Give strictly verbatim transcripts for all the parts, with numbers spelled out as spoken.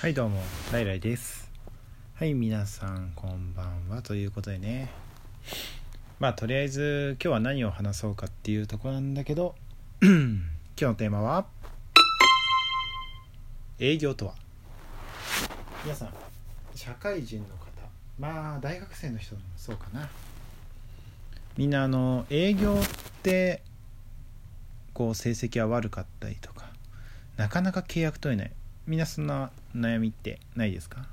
はいどうもライライです。はい皆さんこんばんはということでね、まあとりあえず今日は何を話そうかっていうところなんだけど今日のテーマは営業とは。皆さん社会人の方、まあ大学生の人もそうかな、みんなあの営業ってこう成績は悪かったりとかなかなか契約取れない、みんなそんな悩みってないですか？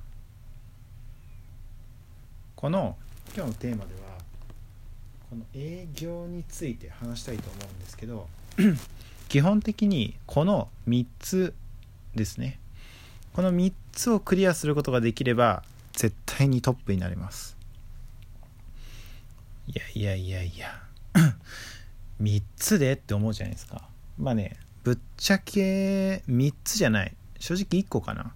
この今日のテーマではこの営業について話したいと思うんですけど基本的にこのみっつですね。このみっつをクリアすることができれば絶対にトップになれます。いやいやいやいやみっつでって思うじゃないですか。まあね、ぶっちゃけみっつじゃない、正直いっこかな。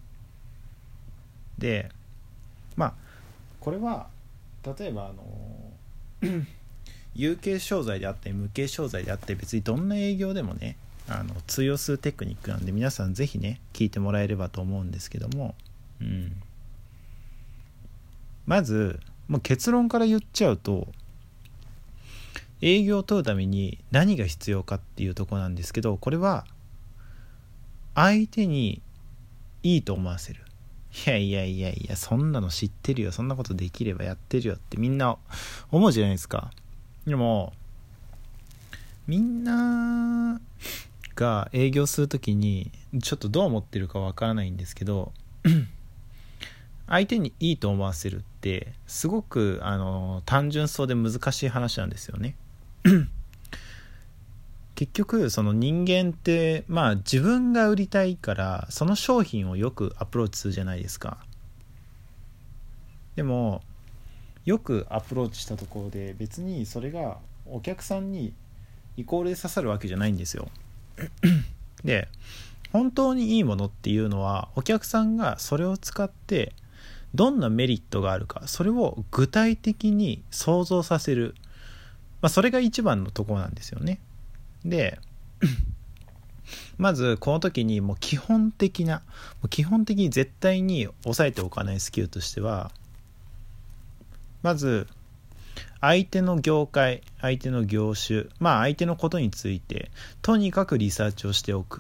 でまあこれは例えばあの有形商材であったり無形商材であったり別にどんな営業でもねあの通用するテクニックなんで皆さんぜひね聞いてもらえればと思うんですけども、うん、まずもう結論から言っちゃうと営業を取るために何が必要かっていうところなんですけど、これは相手にいいと思わせる。いやいやいやいやそんなの知ってるよ、そんなことできればやってるよってみんな思うじゃないですか。でもみんなが営業するときにちょっとどう思ってるかわからないんですけど相手にいいと思わせるってすごくあの単純そうで難しい話なんですよね結局その人間ってまあ自分が売りたいからその商品をよくアプローチするじゃないですか。でもよくアプローチしたところで別にそれがお客さんにイコールで刺さるわけじゃないんですよで本当にいいものっていうのはお客さんがそれを使ってどんなメリットがあるかそれを具体的に想像させる、まあ、それが一番のところなんですよね。でまずこの時にもう基本的なもう基本的に絶対に押さえておかないスキルとしては、まず相手の業界相手の業種、まあ相手のことについてとにかくリサーチをしておく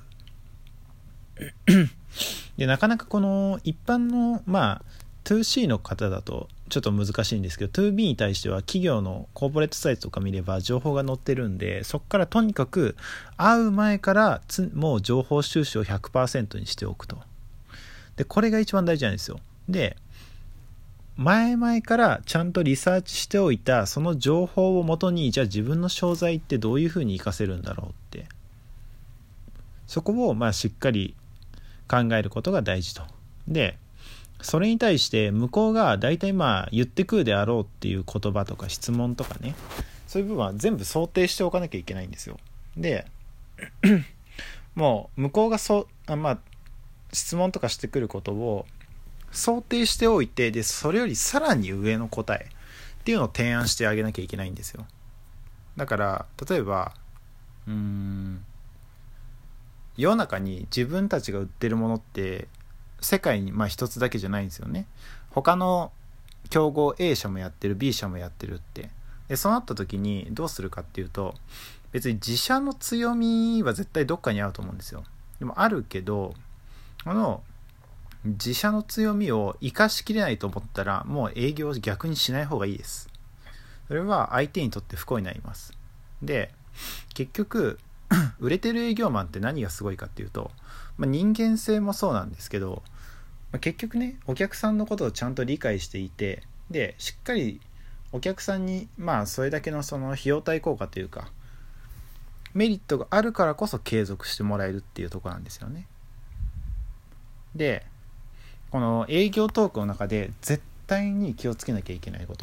でなかなかこの一般のまあ ツーシー の方だとちょっと難しいんですけど ツービー に対しては企業のコーポレートサイトとか見れば情報が載ってるんで、そこからとにかく会う前からつもう情報収集を ひゃくパーセント にしておくと。でこれが一番大事なんですよ。で前々からちゃんとリサーチしておいたその情報をもとにじゃあ自分の商材ってどういうふうに活かせるんだろうって、そこをまあしっかり考えることが大事と。でそれに対して向こうが大体まあ言ってくるであろうっていう言葉とか質問とかね、そういう部分は全部想定しておかなきゃいけないんですよ。でもう向こうがそあまあ質問とかしてくることを想定しておいて、でそれよりさらに上の答えっていうのを提案してあげなきゃいけないんですよ。だから例えばうーん世の中に自分たちが売ってるものって世界にまあ一つだけじゃないんですよね。他の競合 A 社もやってる B 社もやってるって。でそうなった時にどうするかっていうと、別に自社の強みは絶対どっかにあると思うんですよ。でもあるけどあの自社の強みを生かしきれないと思ったらもう営業を逆にしない方がいいです。それは相手にとって不幸になります。で結局売れてる営業マンって何がすごいかっていうと、まあ、人間性もそうなんですけど、まあ、結局ねお客さんのことをちゃんと理解していて、でしっかりお客さんにまあそれだけのその費用対効果というかメリットがあるからこそ継続してもらえるっていうところなんですよね。でこの営業トークの中で絶対に気をつけなきゃいけないこと、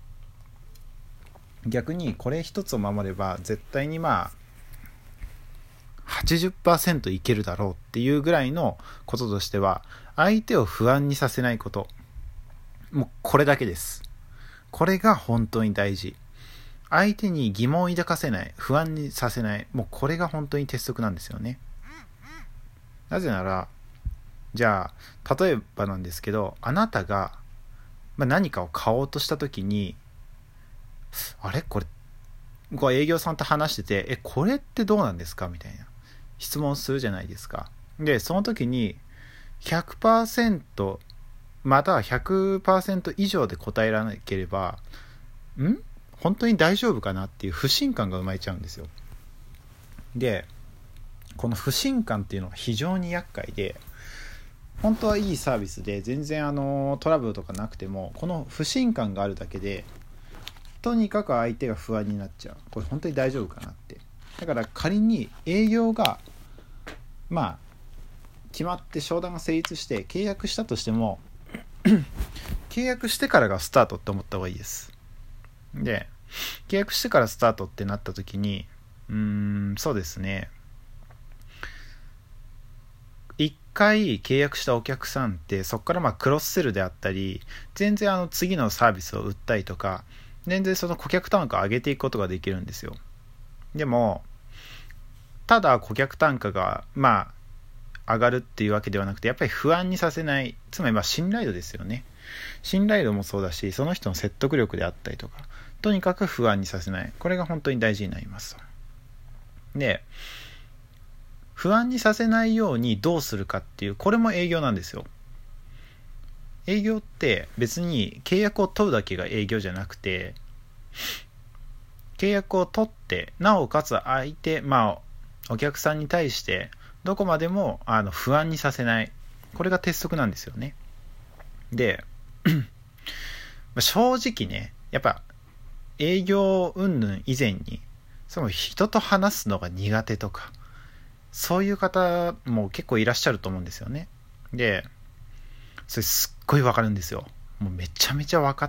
逆にこれ一つを守れば絶対にまあ はちじゅっパーセント いけるだろうっていうぐらいのこととしては、相手を不安にさせないこと、もうこれだけです。これが本当に大事。相手に疑問を抱かせない、不安にさせない、もうこれが本当に鉄則なんですよね。なぜならじゃあ例えばなんですけど、あなたが、まあ、何かを買おうとした時に、あれこれこう営業さんと話してて、えこれってどうなんですかみたいな質問するじゃないですか。でその時に ひゃくパーセント または ひゃくパーセント 以上で答えられなければ、ん本当に大丈夫かなっていう不信感が生まれちゃうんですよ。でこの不信感っていうのは非常に厄介で、本当はいいサービスで全然あのトラブルとかなくても、この不信感があるだけでとにかく相手が不安になっちゃう。これ本当に大丈夫かなって。だから仮に営業がまあ決まって商談が成立して契約したとしても契約してからがスタートって思った方がいいです。で契約してからスタートってなった時に、うーんそうですね、一回契約したお客さんってそこからまあクロスセルであったり、全然あの次のサービスを売ったりとか、全然その顧客単価を上げていくことができるんですよ。でもただ顧客単価がまあ上がるっていうわけではなくて、やっぱり不安にさせない、つまりまあ信頼度ですよね。信頼度もそうだし、その人の説得力であったりとか、とにかく不安にさせない、これが本当に大事になります。で不安にさせないようにどうするかっていう、これも営業なんですよ。営業って別に契約を取るだけが営業じゃなくて、契約を取ってなおかつ相手、まあお客さんに対してどこまでもあの不安にさせない、これが鉄則なんですよね。で正直ね、やっぱ営業云々以前に、その人と話すのが苦手とか、そういう方も結構いらっしゃると思うんですよね。でそれすっごいわかるんですよ。もうめちゃめちゃわかって、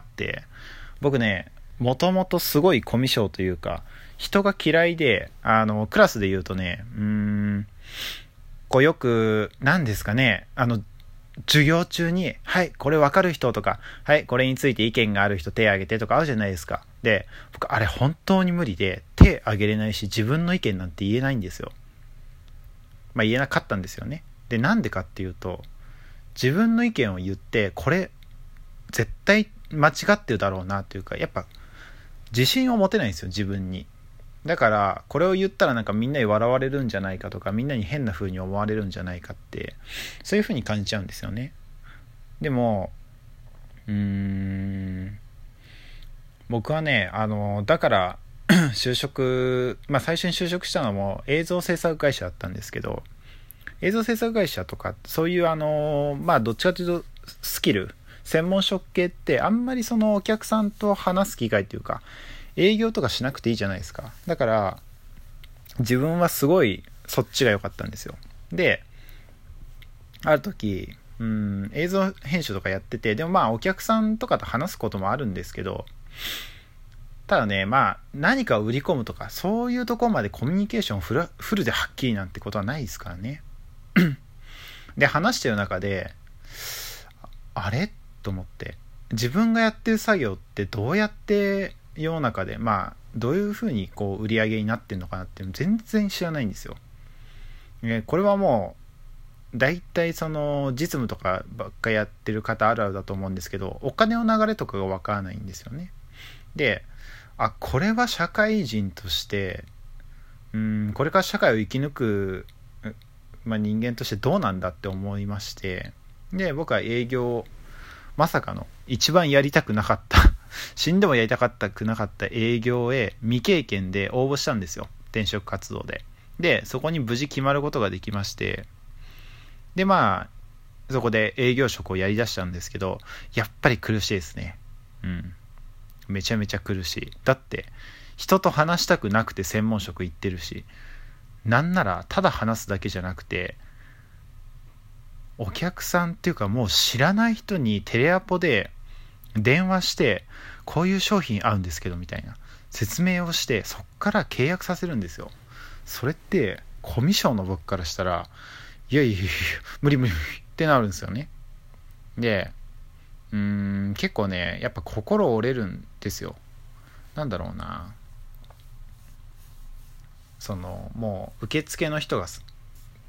僕ねもともとすごいコミュ障というか人が嫌いで、あのクラスで言うとね、うーんこうよくなんですかね、あの授業中にはいこれわかる人とか、はいこれについて意見がある人手挙げてとかあるじゃないですか。で僕あれ本当に無理で、手挙げれないし自分の意見なんて言えないんですよ。まあ言えなかったんですよね。でなんでかっていうと、自分の意見を言ってこれ絶対間違ってるだろうなというか、やっぱ自信を持てないんですよ自分に。だからこれを言ったらなんかみんなに笑われるんじゃないかとか、みんなに変な風に思われるんじゃないかって、そういう風に感じちゃうんですよね。でもうーん僕はね、あのだから就職、まあ最初に就職したのも映像制作会社だったんですけど、映像制作会社とかそういうあのまあどっちかというとスキル専門職系ってあんまりそのお客さんと話す機会というか営業とかしなくていいじゃないですか。だから自分はすごいそっちが良かったんですよ。である時うん映像編集とかやってて、でもまあお客さんとかと話すこともあるんですけど、ただねまあ何かを売り込むとかそういうところまでコミュニケーションフル、フルではっきりなんてことはないですからね。で話してる中であれと思って、自分がやってる作業ってどうやって世の中でまあどういうふうにこう売り上げになってるのかなっていうの全然知らないんですよ。これはもう大体その実務とかばっかやってる方あるあるだと思うんですけど、お金の流れとかが分からないんですよね。であこれは社会人としてうーんこれから社会を生き抜く、まあ、人間としてどうなんだって思いまして、で僕は営業、まさかの一番やりたくなかった死んでもやりたかったくなかった営業へ未経験で応募したんですよ、転職活動で。でそこに無事決まることができまして、でまあそこで営業職をやりだしたんですけど、やっぱり苦しいですね。うんめちゃめちゃ苦しい。だって人と話したくなくて専門職行ってるし、なんならただ話すだけじゃなくてお客さんっていうかもう知らない人にテレアポで電話してこういう商品合うんですけどみたいな説明をして、そっから契約させるんですよ。それってコミュ障の僕からしたらいやいやいや無理無理無理ってなるんですよね。でうーん結構ねやっぱ心折れるんですよ。なんだろうな、そのもう受付の人がき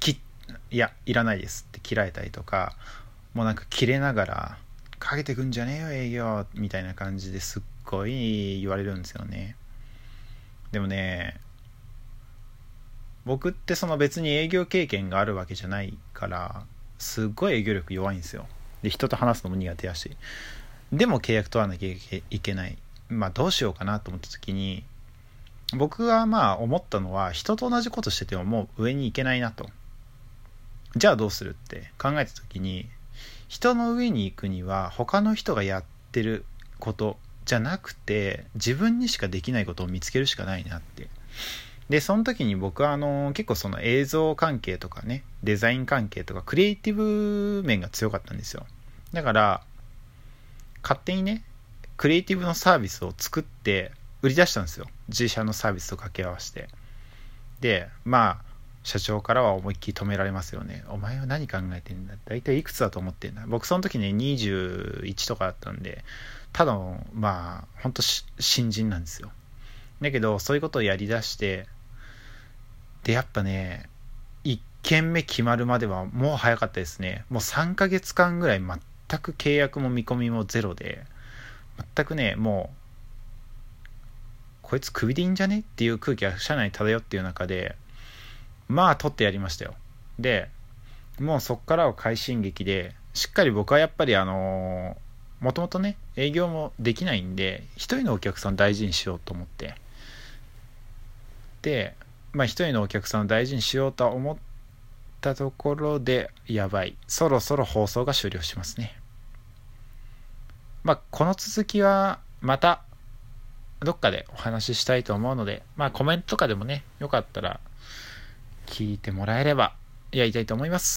いやいらないですって切られたりとか、もうなんか切れながらかけてくんじゃねえよ営業みたいな感じですっごい言われるんですよね。でもね、僕ってその別に営業経験があるわけじゃないからすっごい営業力弱いんですよ。で人と話すのも苦手やし、でも契約取らなきゃいけない。まあどうしようかなと思った時に、僕がまあ思ったのは、人と同じことしててももう上に行けないなと。じゃあどうするって考えた時に、人の上に行くには他の人がやってることじゃなくて自分にしかできないことを見つけるしかないなって。でその時に僕はあの結構その映像関係とかね、デザイン関係とかクリエイティブ面が強かったんですよ。だから勝手にねクリエイティブのサービスを作って売り出したんですよ、自社のサービスと掛け合わせて。でまあ社長からは思いっきり止められますよね。お前は何考えてんだ、大体いくつだと思ってんだ。僕その時ねにじゅういちとかだったんで、ただのまあほんと新人なんですよ。だけどそういうことをやりだして、でやっぱねいっけんめ決まるまではもう早かったですね。もうさんかげつかんぐらい全く契約も見込みもゼロで、全くねもうこいつクビでいいんじゃねっていう空気が社内に漂っている中で、まあ取ってやりましたよ。でもうそっからは快進撃で、しっかり僕はやっぱりあのもともとね営業もできないんで一人のお客さんを大事にしようと思って、でまあ一人のお客さんを大事にしようとは思ったところで、やばい、そろそろ放送が終了しますね。まあこの続きはまたどっかでお話ししたいと思うので、まあコメントとかでもねよかったら聞いてもらえればやりたいと思います。